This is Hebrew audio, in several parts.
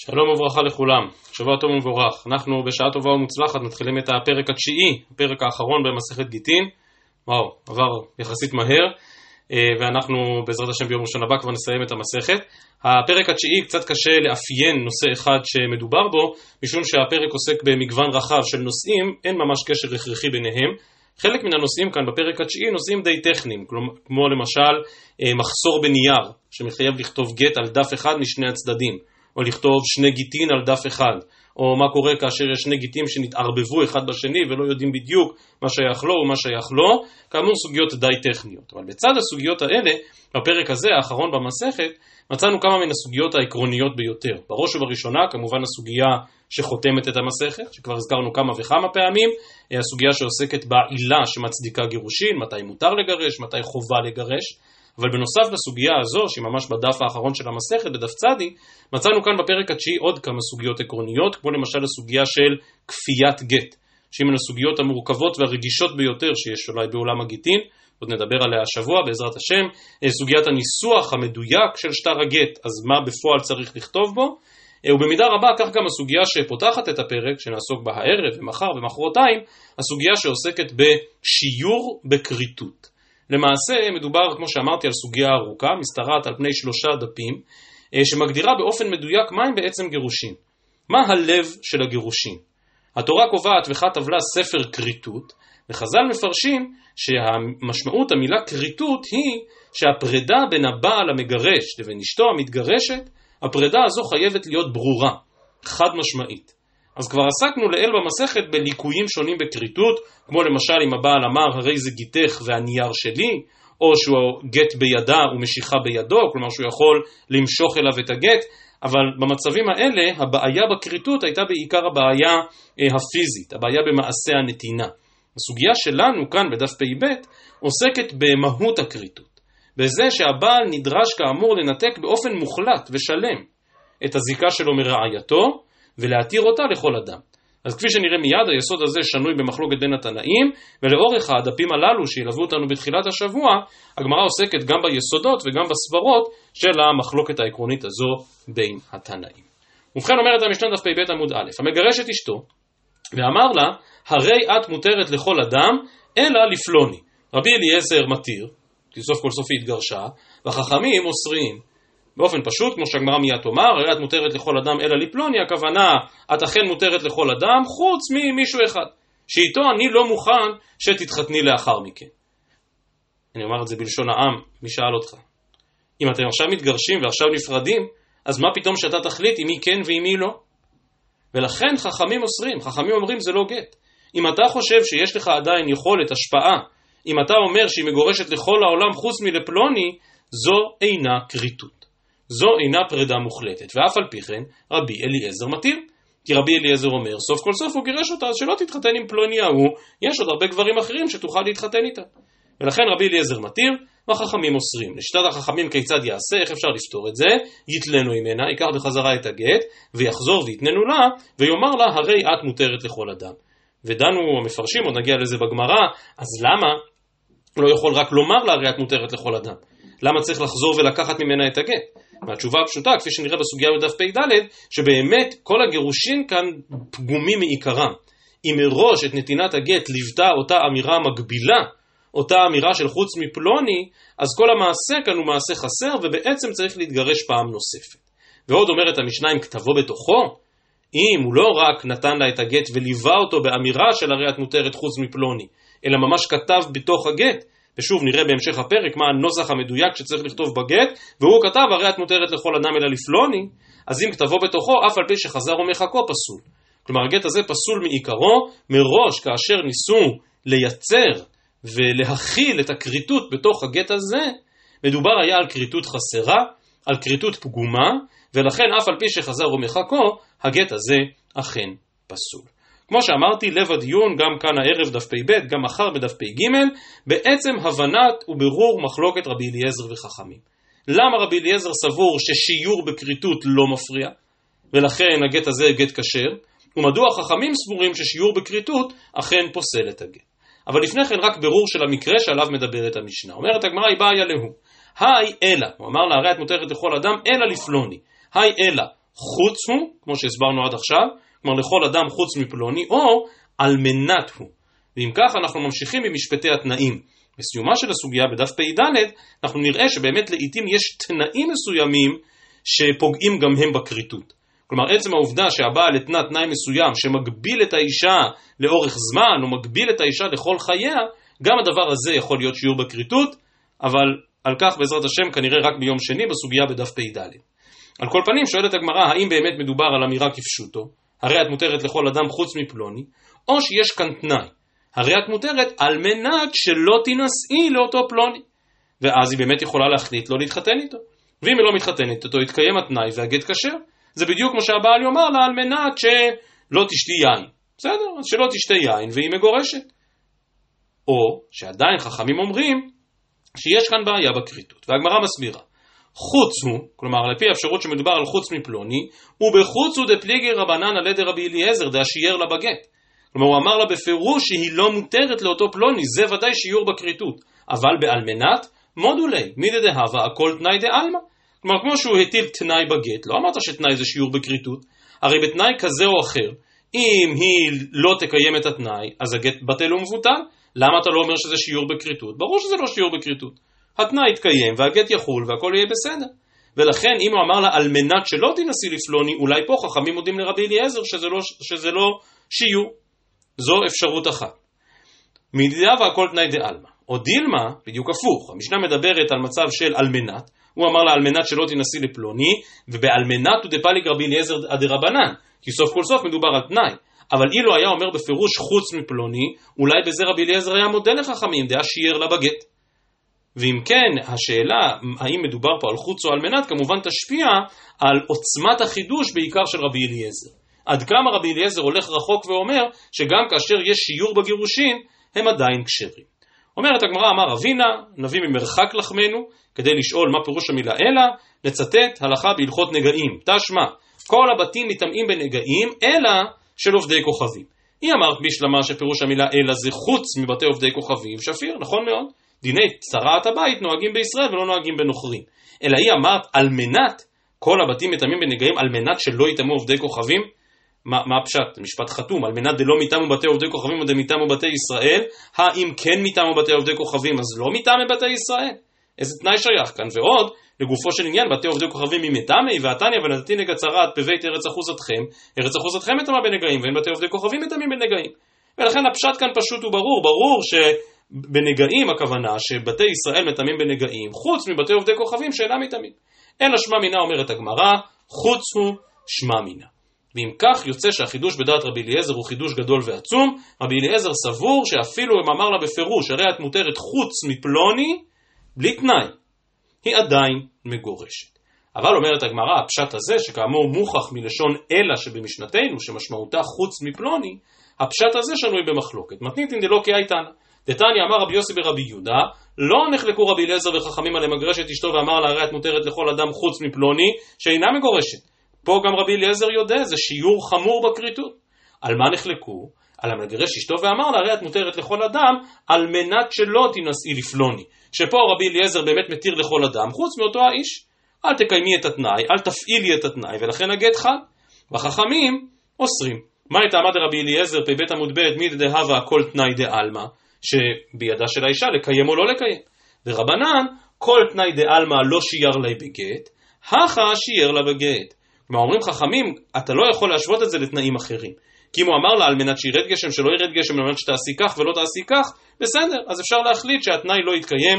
שלום וברכה לכולם, שבוע טוב ומבורך. אנחנו בשעה טובה ומוצלחת מתחילים את הפרק התשיעי, הפרק האחרון במסכת גיטין. וואו, עבר יחסית מהר, ואנחנו בעזרת השם ביום ראשון הבא כבר נסיים את המסכת. הפרק התשיעי קצת קשה לאפיין נושא אחד שמדובר בו, משום שהפרק עוסק במגוון רחב של נושאים, אין ממש קשר הכרחי ביניהם. חלק מן הנושאים כאן בפרק התשיעי נושאים די טכניים, כמו למשל מחסור בנייר, שמחייב לכתוב גט על דף אחד משני הצדדים, או לכתוב שני גיטין על דף אחד, או מה קורה כאשר יש שני גיטים שנתערבבו אחד בשני ולא יודעים בדיוק מה שייך לו ומה שייך לו, כאמור סוגיות די טכניות. אבל בצד הסוגיות האלה, בפרק הזה האחרון במסכת, מצאנו כמה מן הסוגיות העקרוניות ביותר. בראש ובראשונה כמובן הסוגיה שחותמת את המסכת, שכבר הזכרנו כמה וכמה פעמים, הסוגיה שעוסקת בעילה שמצדיקה גירושין, מתי מותר לגרש, מתי חובה לגרש. אבל בנוסף לסוגיה הזו, שהיא ממש בדף האחרון של המסכת, בדף צדי, מצאנו כאן בפרק התשיעי עוד כמה סוגיות עקרוניות, כמו למשל הסוגיה של כפיית גט, שהיא מן הסוגיות המורכבות והרגישות ביותר שיש אולי בעולם הגיטין, עוד נדבר עליה השבוע בעזרת השם, סוגיית הניסוח המדויק של שטר הגט, אז מה בפועל צריך לכתוב בו, ובמידה רבה כך גם הסוגיה שפותחת את הפרק, שנעסוק בה הערב ומחר ומחרתיים, הסוגיה שעוסקת בשיעור בכריתות. למעשה מדובר, כמו שאמרתי, על סוגיה ארוכה, משתרעת על פני 3 דפים, שמגדירה באופן מדויק מה הם בעצם גירושין. מה הלב של הגירושין? התורה קובעת וכתב לה ספר כריתות, וחז"ל מפרשים שהמשמעות המילה כריתות היא שהפרידה בין הבעל המגרש לבין אשתו המתגרשת, הפרידה הזו חייבת להיות ברורה, חד משמעית. אז כבר עסקנו לעיל במסכת בליקויים שונים בכריתות, כמו למשל אם הבעל אמר הרי זה גיתך והנייר שלי, או שהוא גט בידה ומשיכה בידו, כלומר שהוא יכול למשוך אליו את הגט, אבל במצבים האלה הבעיה בכריתות הייתה בעיקר הבעיה הפיזית, הבעיה במעשה הנתינה. הסוגיה שלנו כאן בדף פ"ב עוסקת במהות הכריתות, בזה שהבעל נדרש כאמור לנתק באופן מוחלט ושלם את הזיקה שלו מרעייתו, ולהתיר אותה לכל אדם. אז כפי שנראה מיד, היסוד הזה שנוי במחלוקת בין התנאים, ולאורך הדפים הללו שילוו אותנו בתחילת השבוע, הגמרא עוסקת גם ביסודות וגם בסברות של המחלוקת העקרונית הזו בין התנאים. ובכן אומרת המשנה דף פ"ב עמוד א', המגרש את אשתו, ואמר לה, הרי את מותרת לכל אדם, אלא לפלוני. רבי אליעזר מתיר, כי סוף כל סוף היא התגרשה, והחכמים אוסרים. באופן פשוט, כמו שהגמרא מיד תאמר, הרי את מותרת לכל אדם אלא לפלוני, הכוונה, את אכן מותרת לכל אדם, חוץ ממישהו אחד, שאיתו אני לא מוכן שתתחתני לאחר מכן. אני אומר את זה בלשון העם, מי שאל אותך. אם אתם עכשיו מתגרשים ועכשיו נפרדים, אז מה פתאום שאתה תחליט עם מי כן ועם מי לא? ולכן חכמים אוסרים, חכמים אומרים זה לא גט. אם אתה חושב שיש לך עדיין יכולת השפעה, אם אתה אומר שהיא מגורשת לכל העולם חוץ מלפלוני, זו אינה כריתות. זו אינה פרידה מוחלטת, ואף על פי כן רבי אליעזר מתיר, כי רבי אליעזר אומר סוף כל סוף הוא גירש אותה, אז שלא תתחתן עם פלוני ההוא, יש עוד הרבה גברים אחרים שתוכל להתחתן איתה. ולכן רבי אליעזר מתיר, והחכמים אוסרים. לשיטת החכמים כיצד יעשה, איך אפשר לפתור את זה? יתלנו ממנה, ייקח בחזרה את הגט, ויחזור ויתננו לה, ויאמר לה הרי את מותרת לכל אדם. ודנו המפרשים, עוד נגיע לזה בגמרא, אז למה הוא לא יכול רק לומר לה הרי את מותרת לכל אדם? למה צריך לחזור ולקחת ממנה את הגט? והתשובה הפשוטה, כפי שנראה בסוגיה בדף פ"ד, שבאמת כל הגירושין כאן פגומים מעיקרם. אם מראש את נתינת הגט ליוותה אותה אמירה מגבילה, אותה אמירה של חוץ מפלוני, אז כל המעשה כאן הוא מעשה חסר, ובעצם צריך להתגרש פעם נוספת. ועוד אומרת המשנה, אם כתבו בתוכו, אם הוא לא רק נתן לה את הגט וליווה אותו באמירה של הרי את מותרת חוץ מפלוני, אלא ממש כתב בתוך הגט, ושוב נראה בהמשך הפרק מה הנוסח המדויק שצריך לכתוב בגט, והוא כתב הרי את מותרת לכל אדם אלא לפלוני, אז אם כתבו בתוכו אף על פי שחזר ומחכו פסול. כלומר הגט הזה פסול מעיקרו, מראש כאשר ניסו לייצר ולהכיל את הכריתות בתוך הגט הזה, מדובר היה על כריתות חסרה, על כריתות פגומה, ולכן אף על פי שחזר ומחכו, הגט הזה אכן פסול. כמו שאמרתי, לב הדיון גם כאן הערב דף פ"ב, גם מחר בדף פ"ג, בעצם הבנת וברור מחלוקת רבי אליעזר וחכמים. למה רבי אליעזר סבור ששיעור בכריתות לא מפריע, ולכן הגט הזה גט כשר, ומדוע חכמים סבורים ששיעור בכריתות אכן פוסל את הגט. אבל לפני כן רק ברור של המקרה שעליו מדברת המשנה. אומרת הגמרא, היא באה להו, היי אלא, הוא אמר לה, הרי את מותרת לכל אדם, אלא לפלוני, היי אלא, חוץ הוא, כמו שהסברנו עד עכשיו, כלומר לכל אדם חוץ מפלוני, או על מנת הוא. ואם כך אנחנו ממשיכים במשפטי התנאים. בסיומה של הסוגיה בדף פ"ד אנחנו נראה שבאמת לעתים יש תנאים מסוימים שפוגעים גם הם בקריטות. כלומר עצם העובדה שהבעל התנה תנאי מסוים שמגביל את האישה לאורך זמן או מגביל את האישה לכל חייה, גם הדבר הזה יכול להיות שיעור בקריטות, אבל על כך בעזרת השם כנראה רק ביום שני בסוגיה בדף פ"ד. על כל פנים שואלת הגמרא, האם באמת מדובר על אמירה כפשוטו, הרי את מותרת לכל אדם חוץ מפלוני, או שיש כאן תנאי, הרי את מותרת על מנת שלא תינשאי לאותו פלוני, ואז היא באמת יכולה להחליט לא להתחתן איתו, ואם היא לא מתחתנת איתו יתקיים התנאי והגט כשר. זה בדיוק כמו שהבעל יאמר לה על מנת שלא תשתי יין, בסדר? אז שלא תשתי יין והיא מגורשת. או שעדיין חכמים אומרים שיש כאן בעיה בקריטות, והגמרא מסבירה, חוץ הוא, כלומר לפי האפשרות שמדובר על חוץ מפלוני, ובחוץ הוא דפליגי רבנן על ידי רבי אליעזר דאשייר לה בגט. כלומר הוא אמר לה בפירוש שהיא לא מותרת לאותו פלוני, זה ודאי שיעור בקריטות, אבל בעל מנת מודולי, מידי דהבה הכל תנאי דעלמא. כלומר כמו שהוא הטיל תנאי בגט, לא אמרת שתנאי זה שיעור בקריטות, הרי בתנאי כזה או אחר, אם היא לא תקיים את התנאי, אז הגט בטל ומבוטל. למה אתה לא אומר שזה שיעור בקריטות? ברור שזה לא שיעור בקריטות. התנאי יתקיים והגט יחול והכל יהיה בסדר. ולכן אם הוא אמר לה על מנת שלא תנסי לפלוני, אולי פה חכמים מודים לרבי אליעזר שזה לא שיעור. זו אפשרות אחת. מדידה והכל תנאי דעלמא. או דילמה, בדיוק הפוך. המשנה מדברת על מצב של על מנת, הוא אמר לה על מנת שלא תנסי לפלוני, ובעל מנת הוא דפליג רבי אליעזר דרבנן, כי סוף כל סוף מדובר על תנאי. אבל אילו היה אומר בפירוש חוץ מפלוני, אולי בזה רבי אליעזר היה מודה לחכמים, דעה שיער לה בגט. ואם כן, השאלה האם מדובר פה על חוץ או על מנת, כמובן תשפיע על עוצמת החידוש בעיקר של רבי אליעזר. עד כמה רבי אליעזר הולך רחוק ואומר שגם כאשר יש שיעור בגירושין, הם עדיין כשרים. אומרת הגמרא, אמר אבינה, נביא ממרחק לחמנו, כדי לשאול מה פירוש המילה אלא, לצטט הלכה בהלכות נגעים. תשמע, כל הבתים מתאמים בנגעים, אלא של עובדי כוכבים. היא אמרת בשלמה שפירוש המילה אלא זה חוץ מבתי עובדי כוכבים, שפיר, נכון מאוד. דיני צרת הבית נוהגים בישראל ולא נוהגים בנוכרים. אלא היא אמרת על מנת, כל הבתים מתאמים בנגעים על מנת שלא יתאמו עובדי כוכבים. מה הפשט? משפט חתום, על מנת דלא מתאמו בתי עובדי כוכבים ודה מתאמו בתי ישראל, האם כן מתאמו בתי עובדי כוכבים אז לא מתאמו בתי ישראל? איזה תנאי שייך כאן? ועוד, לגופו של עניין, בתי עובדי כוכבים ממתאמי והתניא ונתתי נגע צרת בבית ארץ אחוזתכם, ארץ אחוזתכם מתאמה בנגעים ואין בתי עובדי כוכבים מתאמים בנגעים. ולכן הפשט כאן פשוט וברור, ברור שבנגעים הכוונה שבתי ישראל מתאמים בנגעים, חוץ מבתי עובדי כוכבים שאינם מתאמים. אלא שמע מינה אומרת הגמרא, חוץ הוא שמע מינה. ואם כך יוצא שהחידוש בדעת רבי אליעזר הוא חידוש גדול ועצום. רבי אליעזר סבור שאפילו אם אמר לה בפירוש הרי את מותרת חוץ מפלוני, בלי תנאי, היא עדיין מגורשת. אבל אומרת הגמרא, הפשט הזה שכאמור מוכח מלשון אלא שבמשנתנו שמשמעותה חוץ מפלוני, הפשט הזה שנוי במחלוקת. מתניתין דלא כאייתנא. דתניא אמר רבי יוסי ברבי יהודה, לא נחלקו רבי אליעזר וחכמים על למגרש את אשתו ואמר לה הרי את מותרת לכל אדם חוץ מפלוני שאינה מגורשת. פה גם רבי אליעזר יודע, זה שיעור חמור בקריטות. על מה נחלקו? על המגרש אשתו ואמר לה הרי את מותרת לכל אדם על מנת שלא תינשאי לפלוני. שפה רבי אליעזר באמת מתיר לכל אדם חוץ מאותו האיש. אל תקיימי את התנאי, אל תפעילי את התנאי, ולכן הגט חל. והחכמים אוסרים. מה טעמא דרבי אליעזר פ"ב עמוד ב' מידי דהבה הכל תנאי דעלמא, שבידה של האישה לקיים או לא לקיים. ורבנן כל תנאי דעלמא לא שיער לה בגט, הכה שיער לה בגט. כלומר אומרים חכמים, אתה לא יכול להשוות את זה לתנאים אחרים. כי אם הוא אמר לה על מנת שירד גשם, שלא ירד גשם, על מנת שתעשי כך ולא תעשי כך, בסדר, אז אפשר להחליט שהתנאי לא יתקיים,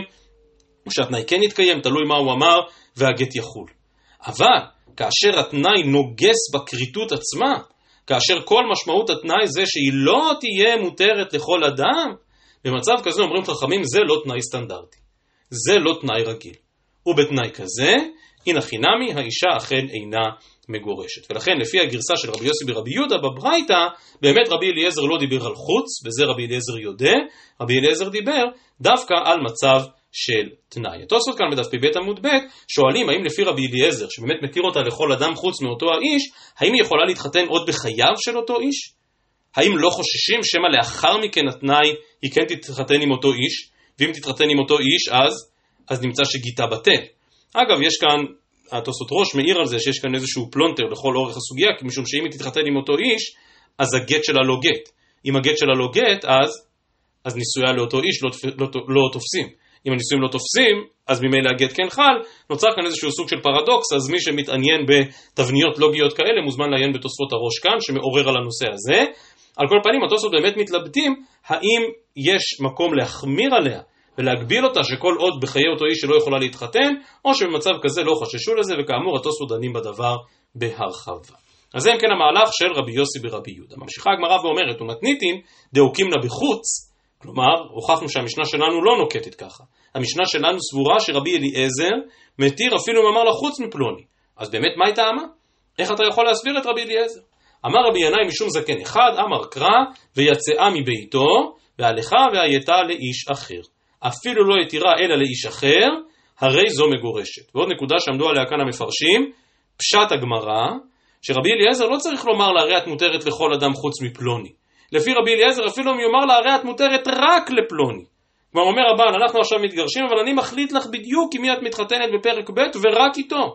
או שהתנאי כן יתקיים, תלוי מה הוא אמר, והגט יחול. אבל, כאשר התנאי נוגס בקריטות עצמה, כאשר כל משמעות התנאי זה שהיא לא תהיה מותרת לכל אדם, במצב כזה אומרים חכמים, זה לא תנאי סטנדרטי. זה לא תנאי רגיל. ובתנאי כזה, הנה חינמי, האישה אכן אינה מגורשת. ולכן לפי הגרסה של רבי יוסי ברבי יהודה בברייתא, באמת רבי אליעזר לא דיבר על חוץ, וזה רבי אליעזר יודע, רבי אליעזר דיבר דווקא על מצב של תנאי. התוספות כאן בדף פ"ב עמוד ב' שואלים האם לפי רבי אליעזר, שבאמת מתיר אותה לכל אדם חוץ מאותו האיש, האם היא יכולה להתחתן עוד בחייו של אותו איש? האם לא חוששים שמה לאחר מכן התנאי היא כן תתחתן עם אותו איש, ואם תתחתן עם אותו איש אז נמצא שגיטה בטל. אגב, יש כאן התוספות ראש מעיר על זה שיש כאן איזשהו פלונטר לכל אורך הסוגיה, משום שאם היא תתחתן עם אותו איש, אז הגט שלה לא גט. אם הגט שלה לא גט, אז נישואיה לאותו איש לא תופסים. אם הנישואים לא תופסים, אז ממילא הגט כן חל. נוצר כאן איזשהו סוג של פרדוקס, אז מי שמתעניין בתבניות לוגיות כאלה מוזמן לעיין בתוספות הראש כאן, שמעורר על הנושא הזה. על כל פנים, התוספות באמת מתלבטים, האם יש מקום להחמיר עליה ולהגביל אותה שכל עוד בחיי אותו איש שלא יכולה להתחתן, או שבמצב כזה לא חששו לזה, וכאמור התוספות דנים בדבר בהרחבה. אז זה אם כן המהלך של רבי יוסי ברבי יהודה. ממשיכה הגמרא ואומרת, ומתניתין דאוקימנה בחוץ, כלומר, הוכחנו שהמשנה שלנו לא נוקטת ככה. המשנה שלנו סבורה שרבי אליעזר מתיר אפילו מאמר לחוץ מפלוני. אז באמת מה היא טעמה? איך אתה יכול להסביר את רבי אליעזר? אמר רבי ינאי משום זקן אחד, אמר קרא ויצאה מביתו, והלכה והייתה לאיש אחר. אפילו לא יתירה אלא לאיש אחר, הרי זו מגורשת. ועוד נקודה שעמדו עליה כאן המפרשים, פשט הגמרא, שרבי אליעזר לא צריך לומר לה הרי את מותרת לכל אדם חוץ מפלוני. לפי רבי אליעזר אפילו אם יאמר לה הרי את מותרת רק לפלוני. כבר אומר הבעל, אנחנו עכשיו מתגרשים, אבל אני מחליט לך בדיוק עם מי את מתחתנת בפרק ב' ורק איתו.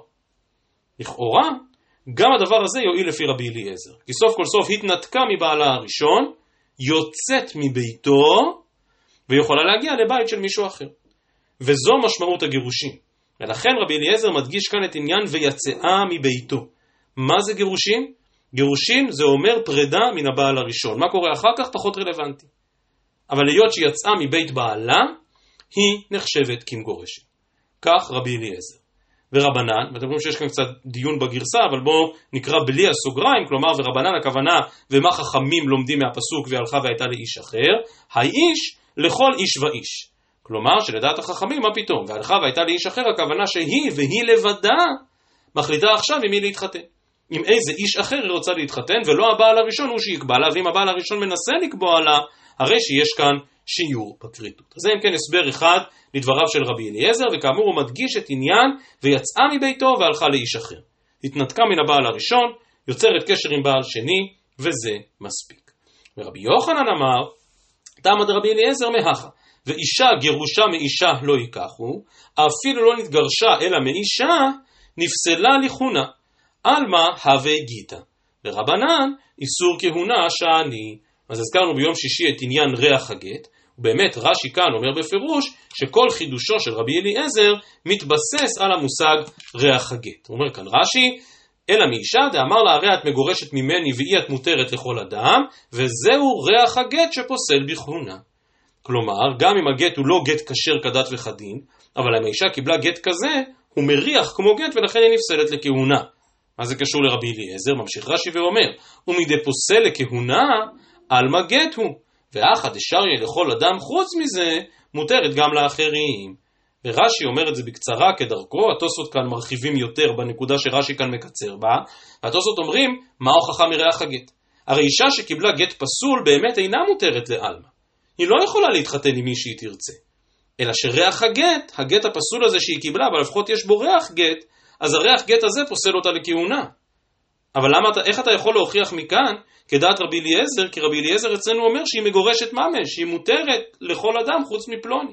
לכאורה, גם הדבר הזה יועיל לפי רבי אליעזר. כי סוף כל סוף התנתקה מבעלה הראשון, יוצאת מביתו, ויכולה להגיע לבית של מישהו אחר. וזו משמעות הגירושים. ולכן רבי אליעזר מדגיש כאן את עניין ויצאה מביתו. מה זה גירושים? גירושים זה אומר פרידה מן הבעל הראשון. מה קורה אחר כך? פחות רלוונטי. אבל להיות שיצאה מבית בעלה, היא נחשבת כמגורשת. כך רבי אליעזר. ורבנן, ואתם רואים שיש כאן קצת דיון בגרסה, אבל בואו נקרא בלי הסוגריים, כלומר ורבנן הכוונה, ומה חכמים לומדים מהפסוק והלכה והייתה לאיש אחר, האיש לכל איש ואיש. כלומר שלדעת החכמים מה פתאום, והלכה והייתה לאיש אחר, הכוונה שהיא והיא לבדה מחליטה עכשיו עם מי להתחתן. עם איזה איש אחר היא רוצה להתחתן, ולא הבעל הראשון הוא שיקבע לה, ואם הבעל הראשון מנסה לקבוע לה, הרי שיש כאן שיעור פטריתות. אז זה אם כן הסבר אחד לדבריו של רבי אליעזר, וכאמור הוא מדגיש את עניין ויצאה מביתו והלכה לאיש אחר. התנתקה מן הבעל הראשון, יוצרת קשר עם בעל שני, וזה מספיק. ורבי יוחנן אמר, תעמד רבי אליעזר מהכה, ואישה גירושה מאישה לא ייקחו, אפילו לא נתגרשה אלא מאישה, נפסלה לכהונה. אלמה הווה גיטה. ורבנן איסור כהונה שאני. אז הזכרנו ביום שישי את עניין ריח הגט, ובאמת רש"י כאן אומר בפירוש שכל חידושו של רבי אליעזר מתבסס על המושג ריח הגט. הוא אומר כאן רש"י, אלא מאישה דאמר לה הרי את מגורשת ממני ואי את מותרת לכל אדם, וזהו ריח הגט שפוסל בכהונה. כלומר, גם אם הגט הוא לא גט כשר כדת וכדין, אבל אם האישה קיבלה גט כזה, הוא מריח כמו גט ולכן היא נפסלת לכהונה. מה זה קשור לרבי אליעזר? ממשיך רש"י ואומר, ומדי פוסל לכהונה, אלמה גט הוא, ואחד אשריה לכל אדם חוץ מזה, מותרת גם לאחרים. ורש"י אומר את זה בקצרה כדרכו, התוספות כאן מרחיבים יותר בנקודה שרש"י כאן מקצר בה, והתוספות אומרים, מה הוכחה מריח הגט? הרי אישה שקיבלה גט פסול באמת אינה מותרת לאלמה. היא לא יכולה להתחתן עם מי שהיא תרצה. אלא שריח הגט, הגט הפסול הזה שהיא קיבלה, אבל לפחות יש בו ריח גט, אז הריח גט הזה פוסל אותה לכהונה. אבל איך אתה יכול להוכיח מכאן כדעת רבי אליעזר? כי רבי אליעזר אצלנו אומר שהיא מגורשת ממש, שהיא מותרת לכל אדם חוץ מפלוני.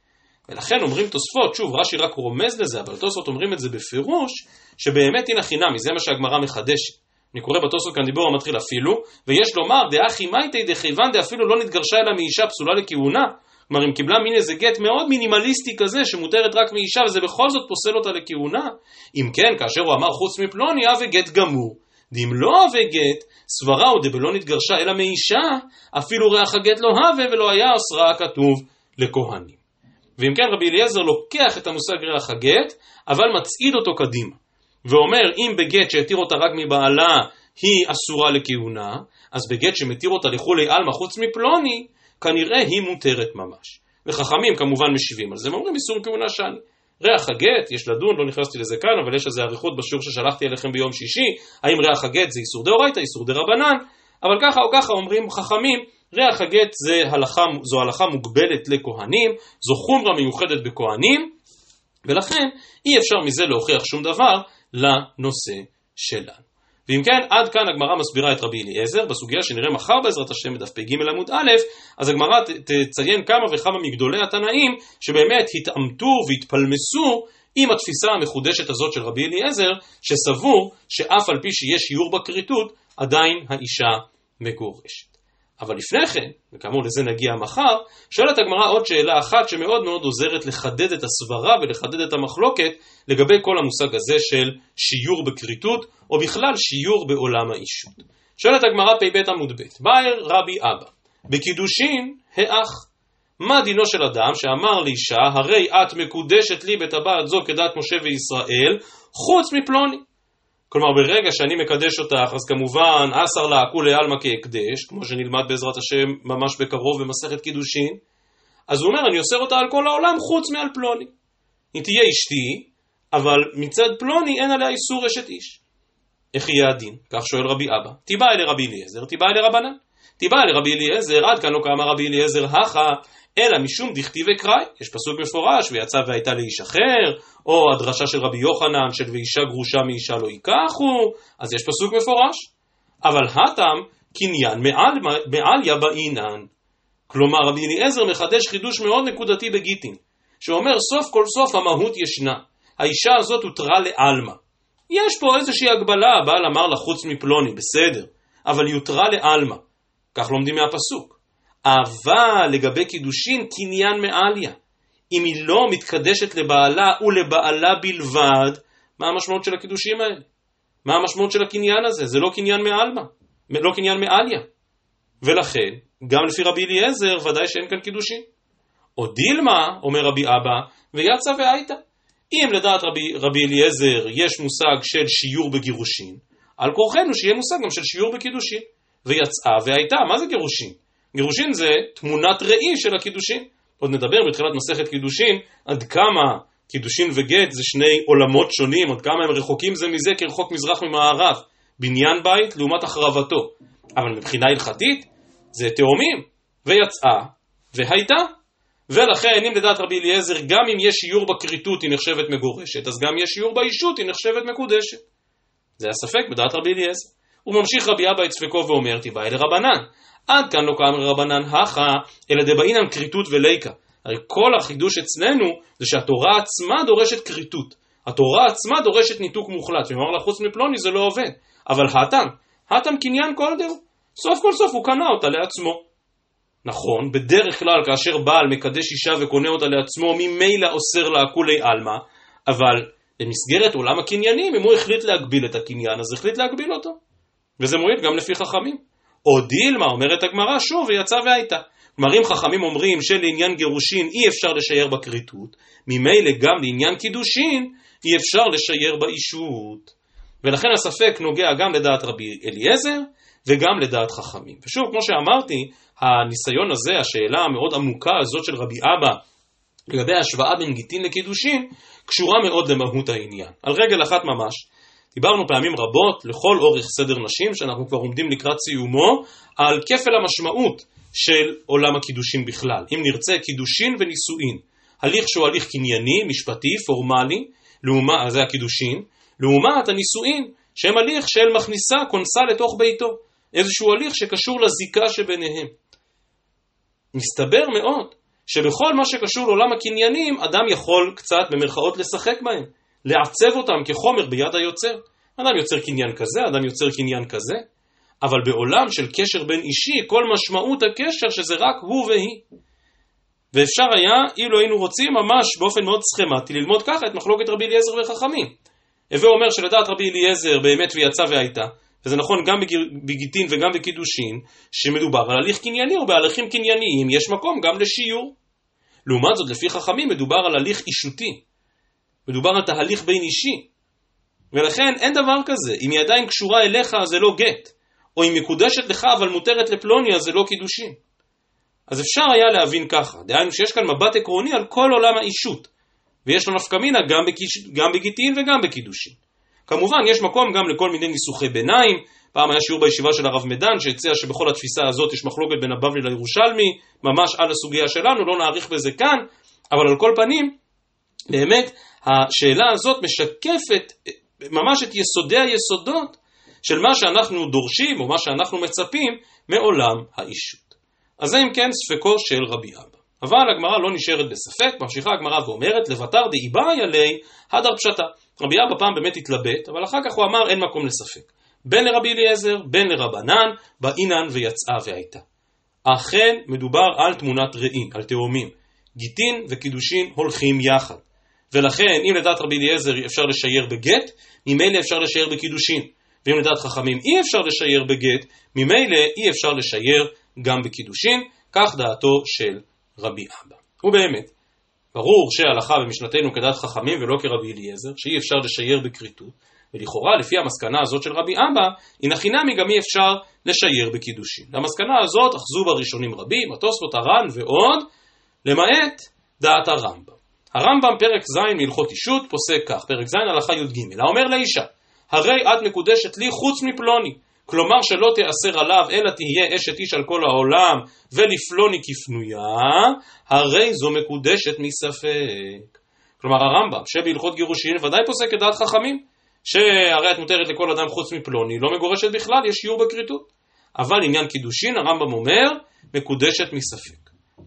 ולכן אומרים תוספות, שוב רש"י רק רומז לזה, אבל תוספות אומרים את זה בפירוש, שבאמת הנה חינמי, זה מה שהגמרא מחדשת. אני קורא בתוספות כאן דיבור המתחיל אפילו, ויש לומר דאחי מייטי דכיוון דאפילו לא נתגרשה אלא מאישה פסולה לכהונה. כלומר אם קיבלה מין איזה גט מאוד מינימליסטי כזה שמותרת רק מאישה וזה בכל זאת פוסל אותה לכהונה, אם כן כאשר הוא אמר חוץ מפלוני הווה גט גמור, ואם לא הווה גט סברה הוא דבלא נתגרשה אלא מאישה, אפילו ריח הגט לא הווה ולא היה אסרה כתוב לכהנים. ואם כן רבי אליעזר לוקח את המושג ריח הגט אבל מצעיד אותו קדימה ואומר אם בגט שהתיר אותה רק מבעלה היא אסורה לכהונה, אז בגט שמתיר אותה לכולי אלמה חוץ מפלוני כנראה היא מותרת ממש. וחכמים כמובן משיבים על זה, אומרים איסור כהונה שאני. ריח הגט, יש לדון, לא נכנסתי לזה כאן, אבל יש לזה עריכות בשיעור ששלחתי אליכם ביום שישי, האם ריח הגט זה איסור דאורייתא, איסור דרבנן, אבל ככה או ככה אומרים חכמים, ריח הגט זו הלכה מוגבלת לכהנים, זו חומרה מיוחדת בכהנים, ולכן אי אפשר מזה להוכיח שום דבר לנושא שלנו. ואם כן, עד כאן הגמרא מסבירה את רבי אליעזר, בסוגיה שנראה מחר בעזרת השם בדף פ"ג עמוד א', אז הגמרא תציין כמה וכמה מגדולי התנאים, שבאמת התעמתו והתפלמסו עם התפיסה המחודשת הזאת של רבי אליעזר, שסבור שאף על פי שיש שיעור בכריתות, עדיין האישה מגורשת. אבל לפני כן, וכאמור לזה נגיע מחר, שואלת הגמרא עוד שאלה אחת שמאוד מאוד עוזרת לחדד את הסברה ולחדד את המחלוקת לגבי כל המושג הזה של שיעור בכריתות, או בכלל שיעור בעולם האישות. שואלת הגמרא פ"ב עמוד ב', באר רבי אבא, בקידושין האח, מה דינו של אדם שאמר לאישה, הרי את מקודשת לי בטבעת זו כדת משה וישראל, חוץ מפלוני. כלומר, ברגע שאני מקדש אותך, אז כמובן, אסר לה כולי עלמא כהקדש, כמו שנלמד בעזרת השם ממש בקרוב במסכת קידושין, אז הוא אומר, אני אוסר אותה על כל העולם חוץ מעל פלוני. היא תהיה אשתי, אבל מצד פלוני אין עליה איסור אשת איש. איך יהיה הדין? כך שואל רבי אבא. תיבא אלי רבי אליעזר, תיבא אלי רבנן. תיבא אלי רבי אליעזר, עד כאן לא כאמר רבי אליעזר הכה, אלא משום דכתיב וקראי. יש פסוק מפורש, ויצא והייתה לאיש אחר, או הדרשה של רבי יוחנן, של ואישה גרושה מאישה לא ייקחו, אז יש פסוק מפורש. אבל התם קניין מעליה בעינן. כלומר, רבי אליעזר מחדש חידוש מאוד נקודתי בגיטין, שאומר סוף כל סוף המהות ישנה. האישה הזאת הותרה לעלמה. יש פה איזושהי הגבלה, הבעל אמר לה חוץ מפלוני, בסדר, אבל היא הותרה לעלמה. כך לומדים מהפסוק. אבל לגבי קידושין קניין מעליה. אם היא לא מתקדשת לבעלה ולבעלה בלבד, מה המשמעות של הקידושים האלה? מה המשמעות של הקניין הזה? זה לא קניין מעלמה, לא קניין מעליה. ולכן, גם לפי רבי אליעזר, ודאי שאין כאן קידושין. או דילמה, אומר רבי אבא, ויצא והייתה. אם לדעת רבי אליעזר יש מושג של שיעור בגירושין, על כורחנו שיהיה מושג גם של שיעור בקידושין. ויצאה והייתה, מה זה גירושין? גירושין זה תמונת ראי של הקידושין. עוד נדבר בתחילת מסכת קידושין, עד כמה קידושין וגט זה שני עולמות שונים, עד כמה הם רחוקים זה מזה כרחוק מזרח ממערב, בניין בית לעומת החרבתו. אבל מבחינה הלכתית זה תאומים, ויצאה והייתה. ולכן אם לדעת רבי אליעזר גם אם יש שיעור בכריתות היא נחשבת מגורשת, אז גם יש שיעור באישות היא נחשבת מקודשת. זה הספק בדעת רבי אליעזר. הוא ממשיך רבי אבא את ספקו ואומר, תיבא אל רבנן. עד כאן לא כאמר רבנן הכה, אלא דבעינן כריתות וליקה. הרי כל החידוש אצלנו זה שהתורה עצמה דורשת כריתות. התורה עצמה דורשת ניתוק מוחלט. שאומר לה חוץ מפלוני זה לא עובד. אבל התם קניין כל דהו. סוף כל סוף הוא קנה אותה לעצמו. נכון, בדרך כלל כאשר בעל מקדש אישה וקונה אותה לעצמו, ממילא אוסר לה כולי עלמא, אבל במסגרת עולם הקניינים, אם הוא החליט להגביל את הקניין, אז החליט להגביל אותו. וזה מועיל גם לפי חכמים. או דילמה, אומרת הגמרא, שוב, ויצא והייתה. כלומר, אם חכמים אומרים שלעניין גירושין אי אפשר לשייר בכריתות, ממילא גם לעניין קידושין אי אפשר לשייר באישות. ולכן הספק נוגע גם לדעת רבי אליעזר וגם לדעת חכמים. ושוב, כמו שאמרתי, הניסיון הזה, השאלה המאוד עמוקה הזאת של רבי אבא, לגבי ההשוואה בין גיטין לקידושין, קשורה מאוד למהות העניין. על רגל אחת ממש, דיברנו פעמים רבות לכל אורך סדר נשים, שאנחנו כבר עומדים לקראת סיומו, על כפל המשמעות של עולם הקידושין בכלל. אם נרצה קידושין ונישואין, הליך שהוא הליך קנייני, משפטי, פורמלי, לעומת, זה הקידושין, לעומת הנישואין, שהם הליך של מכניסה, כונסה לתוך ביתו, איזשהו הליך שקשור לזיקה שביניהם. מסתבר מאוד שבכל מה שקשור לעולם הקניינים, אדם יכול קצת במרכאות לשחק בהם, לעצב אותם כחומר ביד היוצר. אדם יוצר קניין כזה, אדם יוצר קניין כזה, אבל בעולם של קשר בין אישי, כל משמעות הקשר שזה רק הוא והיא. ואפשר היה, אילו היינו רוצים ממש באופן מאוד סכמטי, ללמוד ככה את מחלוקת רבי אליעזר וחכמים. הווה אומר שלדעת רבי אליעזר באמת ויצא והייתה, וזה נכון גם בגיטין וגם בקידושין, שמדובר על הליך קנייני או בהליכים קנייניים, יש מקום גם לשיעור. לעומת זאת, לפי חכמים מדובר על הליך אישותי, מדובר על תהליך בין אישי, ולכן אין דבר כזה, אם היא עדיין קשורה אליך זה לא גט, או אם מקודשת לך אבל מותרת לפלוני אז זה לא קידושין. אז אפשר היה להבין ככה, דהיינו שיש כאן מבט עקרוני על כל עולם האישות, ויש לו נפקא מינה גם בגיטין וגם בקידושין. כמובן יש מקום גם לכל מיני ניסוחי ביניים. פעם היה שיעור בישיבה של הרב מדן שהציע שבכל התפיסה הזאת יש מחלוקת בין הבבלי לירושלמי, ממש על הסוגיה שלנו, לא נאריך בזה כאן, אבל על כל פנים באמת השאלה הזאת משקפת ממש את יסודי היסודות של מה שאנחנו דורשים או מה שאנחנו מצפים מעולם האישות. אז זה אם כן ספקו של רבי אבא. אבל הגמרא לא נשארת בספק, ממשיכה הגמרא ואומרת, לבטר דאיבאי עלי הדר פשטה. רבי אבא פעם באמת התלבט, אבל אחר כך הוא אמר אין מקום לספק. בין לרבי אליעזר, בין לרבנן, באינן ויצאה והייתה. אכן מדובר על תמונת ראי, על תאומים. גיטין וקידושין הולכים יחד. ולכן אם לדעת רבי אליעזר אפשר לשייר בגט, ממילא אפשר לשייר בקידושין. ואם לדעת חכמים אי אפשר לשייר בגט, ממילא אי אפשר לשייר גם בקידושין, כך דעתו של רבי אבא. ובאמת, ברור שההלכה במשנתנו כדעת חכמים ולא כרבי אליעזר, שאי אפשר לשייר בקריטות, ולכאורה לפי המסקנה הזאת של רבי אבא, הנה חינמי גם אי אפשר לשייר בקידושין. למסקנה הזאת אחזו בראשונים רבים, התוספות הר"ן ועוד, למעט דעת הרמב"ם. הרמב"ם פרק ז' מהלכות אישות פוסק כך, פרק ז' הלכה י"ג, האומר לאישה, הרי את מקודשת לי חוץ מפלוני, כלומר שלא תיאסר עליו אלא תהיה אשת איש על כל העולם ולפלוני כפנויה, הרי זו מקודשת מספק. כלומר הרמב"ם שבהלכות גירושין ודאי פוסק כדעת חכמים, שהרי את מותרת לכל אדם חוץ מפלוני, לא מגורשת בכלל, יש שיעור בקריטות. אבל עניין קידושין הרמב"ם אומר מקודשת מספק.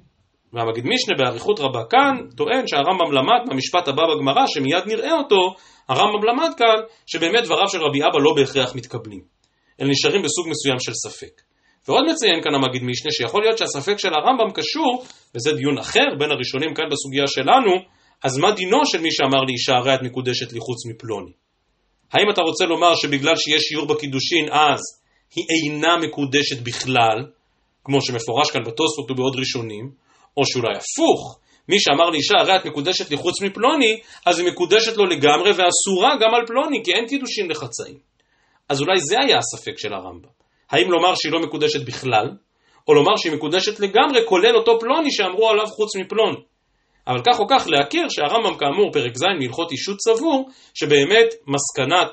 והמגיד משנה באריכות רבה כאן טוען שהרמב"ם למד במשפט הבא בגמרא שמיד נראה אותו, הרמב"ם למד כאן שבאמת דבריו של רבי אבא לא בהכרח מתקבלים, אלא נשארים בסוג מסוים של ספק. ועוד מציין כאן המגיד משנה שיכול להיות שהספק של הרמב"ם קשור, וזה דיון אחר בין הראשונים כאן בסוגיה שלנו, אז מה דינו של מי שאמר לאישה הרי את מקודשת לי חוץ מפלוני? האם אתה רוצה לומר שבגלל שיש שיעור בקידושין אז היא אינה מקודשת בכלל, כמו שמפורש כאן בתוספות ובעוד ראשונים, או שאולי הפוך, מי שאמר לאישה הרי את מקודשת לי חוץ מפלוני, אז היא מקודשת לו לגמרי ואסורה גם על פלוני, כי אין קידושין לחצאים. אז אולי זה היה הספק של הרמב"ם. האם לומר שהיא לא מקודשת בכלל, או לומר שהיא מקודשת לגמרי כולל אותו פלוני שאמרו עליו חוץ מפלוני. אבל כך או כך להכיר שהרמב"ם כאמור פרק ז' מהלכות אישות סבור שבאמת מסקנת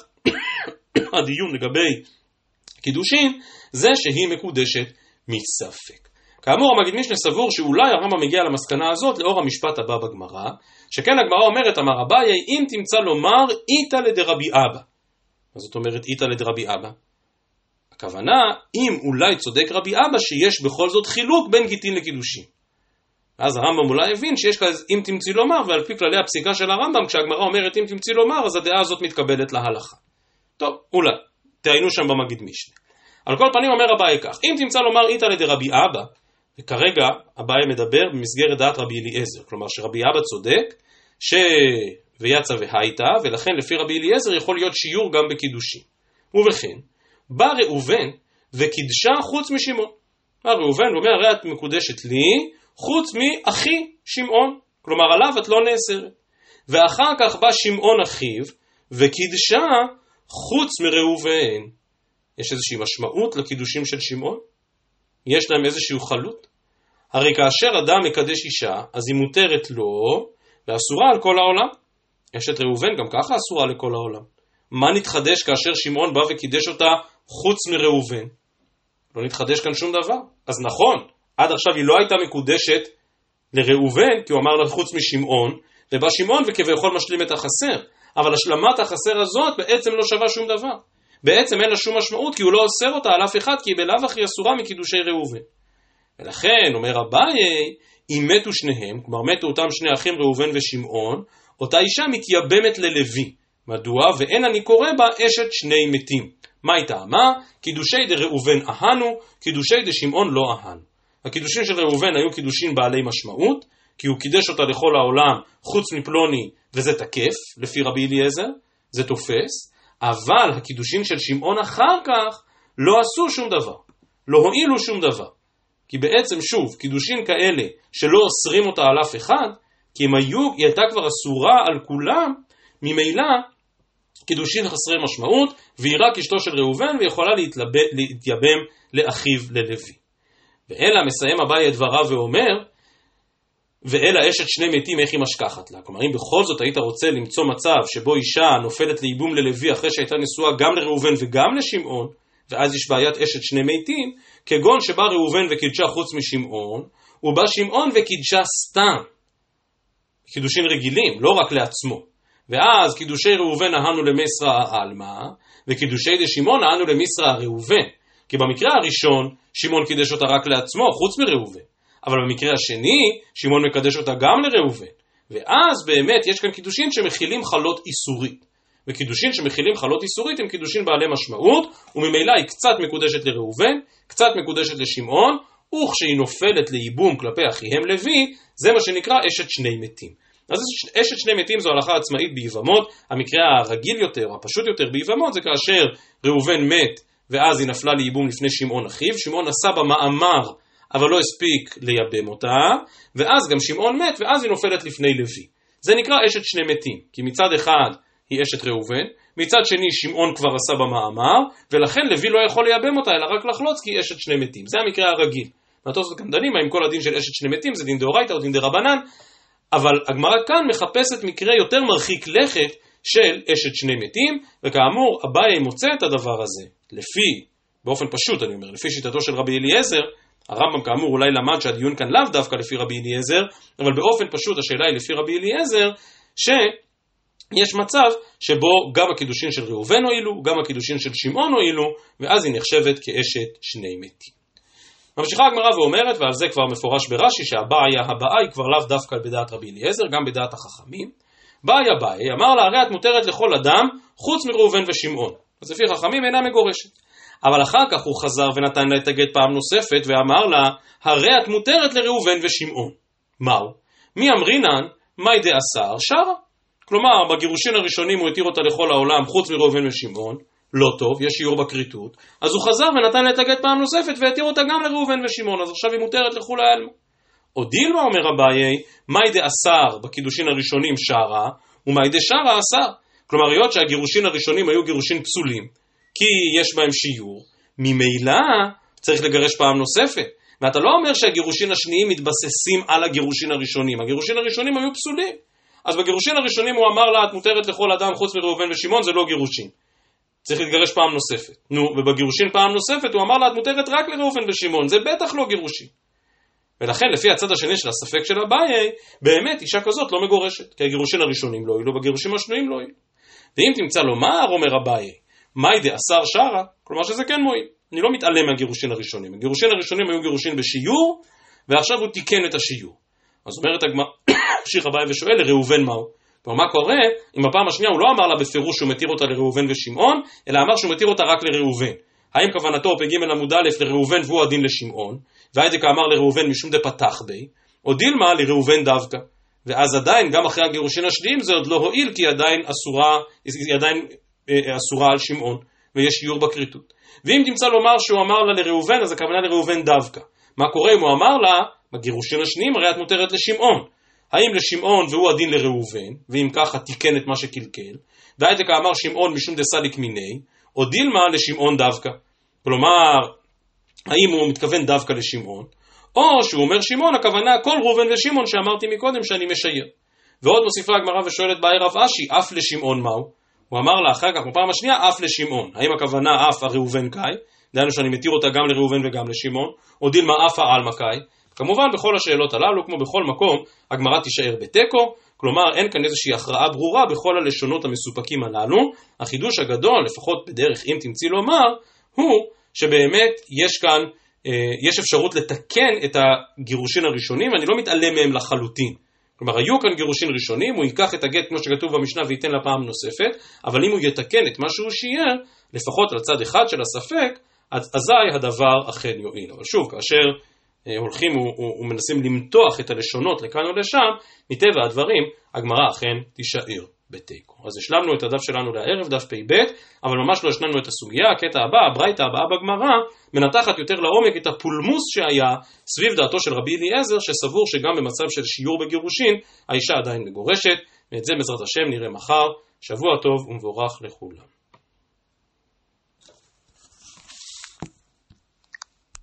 הדיון לגבי קידושין זה שהיא מקודשת מספק. כאמור המגיד משנה סבור שאולי הרמב"ם מגיע למסקנה הזאת לאור המשפט הבא בגמרא, שכן הגמרא אומרת אמר אביי אם תמצא לומר איתא לדרבי אבא. מה זאת אומרת איתא לדרבי אבא? הכוונה אם אולי צודק רבי אבא שיש בכל זאת חילוק בין גיטין לקידושין. אז הרמב"ם אולי הבין שיש כזה אם תמציא לומר, ועל פי כללי הפסיקה של הרמב"ם כשהגמרא אומרת אם תמציא לומר אז הדעה הזאת מתקבלת להלכה. טוב, אולי, תעיינו שם במגיד משנה. על כל פנים אומר אביי כך, אם תמצא לומר איתא לדרבי אבא, וכרגע אביי מדבר במסגרת דעת רבי אליעזר, כלומר שרבי אבא צודק, ויצא והייתה, ולכן לפי רבי אליעזר יכול להיות שיעור גם בקידושין. ובכן, בא ראובן וקידשה חוץ משמעון. ראובן אומר, הרי את מקודשת לי חוץ מאחי שמעון, כלומר עליו את לא נאסרת. ואחר כך בא שמעון אחיו וקידשה חוץ מראובן. יש איזושהי משמעות לקידושים של שמעון? יש להם איזשהו חלות? הרי כאשר אדם מקדש אישה, אז היא מותרת לו ואסורה על כל העולם. אשת ראובן גם ככה אסורה לכל העולם. מה נתחדש כאשר שמעון בא וקידש אותה חוץ מראובן? לא נתחדש כאן שום דבר. אז נכון, עד עכשיו היא לא הייתה מקודשת לראובן, כי הוא אמר לה חוץ משמעון, ובא שמעון וכביכול משלים את החסר. אבל השלמת החסר הזאת בעצם לא שווה שום דבר. בעצם אין לה שום משמעות, כי הוא לא אוסר אותה על אף אחד, כי היא בלאו הכי אסורה מקידושי ראובן. ולכן, אומר אביי, אם מתו שניהם, כלומר מתו אותם שני אחים ראובן ושמעון, אותה אישה מתייבמת ללוי. מדוע? ואין אני קורא בה אשת שני מתים. מה היא טעמה? קידושי דראובן אהנו, קידושי דשמעון לא אהנו. הקידושים של ראובן היו קידושים בעלי משמעות, כי הוא קידש אותה לכל העולם חוץ מפלוני, וזה תקף, לפי רבי אליעזר, זה תופס, אבל הקידושים של שמעון אחר כך לא עשו שום דבר, לא הועילו שום דבר. כי בעצם שוב, קידושים כאלה שלא אוסרים אותה על אף אחד, כי היא הייתה כבר אסורה על כולם, ממילא קידושים חסרי משמעות, והיא רק אשתו של ראובן ויכולה להתייבם לאחיו ללוי. ואלה מסיים אביי את דבריו ואומר, ואלה אשת שני מתים איך היא משכחת לה. כלומר, אם בכל זאת היית רוצה למצוא מצב שבו אישה נופלת לייבום ללוי אחרי שהייתה נשואה גם לראובן וגם לשמעון, ואז יש בעיית אשת שני מתים, כגון שבא ראובן וקידשה חוץ משמעון, ובא שמעון וקידשה סתם. קידושין רגילים, לא רק לעצמו. ואז קידושי ראובן אהנו למסרא העלמא, וקידושי דשמעון אנו למשרה ראובן, כי במקרה הראשון שמעון קידש אותה רק לעצמו חוץ מראובן, אבל במקרה השני שמעון מקדש אותה גם לראובן, ואז באמת יש כאן קידושין שמכילים חלות איסורית, וקידושין שמכילים חלות איסורית הם קידושין בעלי משמעות, וממילא היא קצת מקודשת לראובן, קצת מקודשת לשמעון, וכשהיא נופלת לייבום כלפי אחיהם לוי, זה מה שנקרא אשת שני מתים. אז אשת שני מתים זו הלכה עצמאית ביבמות. המקרה הרגיל יותר, הפשוט יותר ביבמות, זה כאשר ראובן מת ואז היא נפלה לייבום לפני שמעון אחיו, שמעון עשה בה מאמר אבל לא הספיק לייבם אותה, ואז גם שמעון מת ואז היא נופלת לפני לוי. זה נקרא אשת שני מתים, כי מצד אחד היא אשת ראובן, מצד שני שמעון כבר עשה בה מאמר, ולכן לוי לא יכול לייבם אותה אלא רק לחלוץ כי היא אשת שני מתים. זה המקרה הרגיל. והתוספות גם דנים האם כל הדין של אשת שני מתים זה דין דאורייתא או דין דרבנן, אבל הגמרא כאן מחפשת מקרה יותר מרחיק לכת של אשת שני מתים, וכאמור אביי מוצא את הדבר הזה לפי, באופן פשוט אני אומר, לפי שיטתו של רבי אליעזר. הרמב"ם כאמור אולי למד שהדיון כאן לאו דווקא לפי רבי אליעזר, אבל באופן פשוט השאלה היא לפי רבי אליעזר, שיש מצב שבו גם הקידושין של ראובן הועילו, גם הקידושין של שמעון הועילו, ואז היא נחשבת כאשת שני מתים. ממשיכה הגמרא ואומרת, ועל זה כבר מפורש ברש"י, שהבעיה היא כבר לאו דווקא בדעת רבי אליעזר, גם בדעת החכמים. בעיה, אמר לה, הרי את מותרת לכל אדם חוץ מראובן ושמעון. אז לפי חכמים אינה מגורשת. אבל אחר כך הוא חזר ונתן לה את הגט פעם נוספת, ואמר לה, הרי את מותרת לראובן ושמעון. מהו? מי אמרינן, מאי דאסר שרה? כלומר, בגירושין הראשונים הוא התיר אותה לכל העולם חוץ מראובן ושמעון, לא טוב, יש שיעור בקריטות, אז הוא חזר ונתן לה את הגט פעם נוספת והתיר אותה גם לראובן ושמעון, אז עכשיו היא מותרת לכולי עלמא. או דילמה אומר אביי, מאי דאסר בקידושין הראשונים שרה, ומאי דשרה אסר. כלומר, היות שהגירושין הראשונים היו גירושין פסולים, כי יש בהם שיעור, ממילא צריך לגרש פעם נוספת. ואתה לא אומר שהגירושין השניים מתבססים על הגירושין הראשונים, הגירושין הראשונים היו פסולים. אז בגירושין הראשונים הוא אמר לה, את מותרת לכל אדם חוץ מראובן ושמעון, זה לא גירושין. צריך להתגרש פעם נוספת. ובגירושין פעם נוספת הוא אמר לה, את מותרת רק לראובן ושמעון, זה בטח לא גירושין. ולכן לפי הצד השני של הספק של אביי, באמת אישה כזאת לא מגורשת, כי הגירושין הראשונים לא הועילו, בגירושים השניים לא הועילו. ואם תמצא לומר, אומר אביי, מאי דאסר שרה, כלומר שזה כן מועיל. אני לא מתעלם מהגירושין הראשונים. הגירושין הראשונים היו גירושין בשיעור, ועכשיו הוא תיקן את השיעור. אז אומרת הגמרא, המשיך אביי ושואל, לראובן מהו? כלומר, מה קורה? אם הפעם השנייה הוא לא אמר לה בפירוש שהוא מתיר אותה לראובן ושמעון, אלא אמר שהוא מתיר אותה רק לראובן. האם כוונתו פ"ג עמוד א' לראובן והוא הדין לשמעון, והיידקה אמר לראובן משום דפתח בי, או דילמה לראובן דווקא. ואז עדיין, גם אחרי הגירושין השניים, זה עוד לא הועיל, כי היא עדיין אסורה על שמעון, ויש שיעור בקריטות. ואם תמצא לומר שהוא אמר לה לראובן, אז הכוונה לראובן דווקא. מה קורה אם הוא אמר לה, בגירושין השניים, הרי את מותרת לשמעון. האם לשמעון והוא הדין לראובן, ואם ככה תיקן את מה שקלקל, והיידקה אמר שמעון משום דסליק מיני, או דילמה לשמעון דווקא. כלומר, האם הוא מתכוון דווקא לשמעון, או שהוא אומר שמעון, הכוונה כל ראובן ושמעון שאמרתי מקודם שאני משייר. ועוד מוסיפה הגמרא ושואלת באי רב אשי, אף לשמעון מהו? הוא אמר לה אחר כך בפעם השנייה, אף לשמעון. האם הכוונה אף הראובן קאי? דהיינו שאני מתיר אותה גם לראובן וגם לשמעון, או דילמה אף העלמא קאי? כמובן בכל השאלות הללו, כמו בכל מקום, הגמרא תישאר בתיקו, כלומר אין כאן איזושהי הכרעה ברורה בכל הלשונות המסופקים הללו. החידוש הגדול, לפחות בדרך אם תמציא לומר, הוא שבאמת יש כאן, יש אפשרות לתקן את הגירושין הראשונים, ואני לא מתעלם מהם לחלוטין. כלומר, היו כאן גירושין ראשונים, הוא ייקח את הגט כמו שכתוב במשנה וייתן לה פעם נוספת, אבל אם הוא יתקן את מה שהוא שיער, לפחות על צד אחד של הספק, אזי הדבר אכן יועיל. אבל שוב, כאשר הולכים ומנסים למתוח את הלשונות לכאן או לשם, מטבע הדברים, הגמרא אכן תישאר בתיקו. אז השלמנו את הדף שלנו לערב, דף פ"ב, אבל ממש לא השלמנו את הסוגיה. הקטע הבא, הברייתא הבאה בגמרא, מנתחת יותר לעומק את הפולמוס שהיה סביב דעתו של רבי אליעזר, שסבור שגם במצב של שיעור בגירושין, האישה עדיין מגורשת, ואת זה בעזרת השם נראה מחר. שבוע טוב ומבורך לכולם.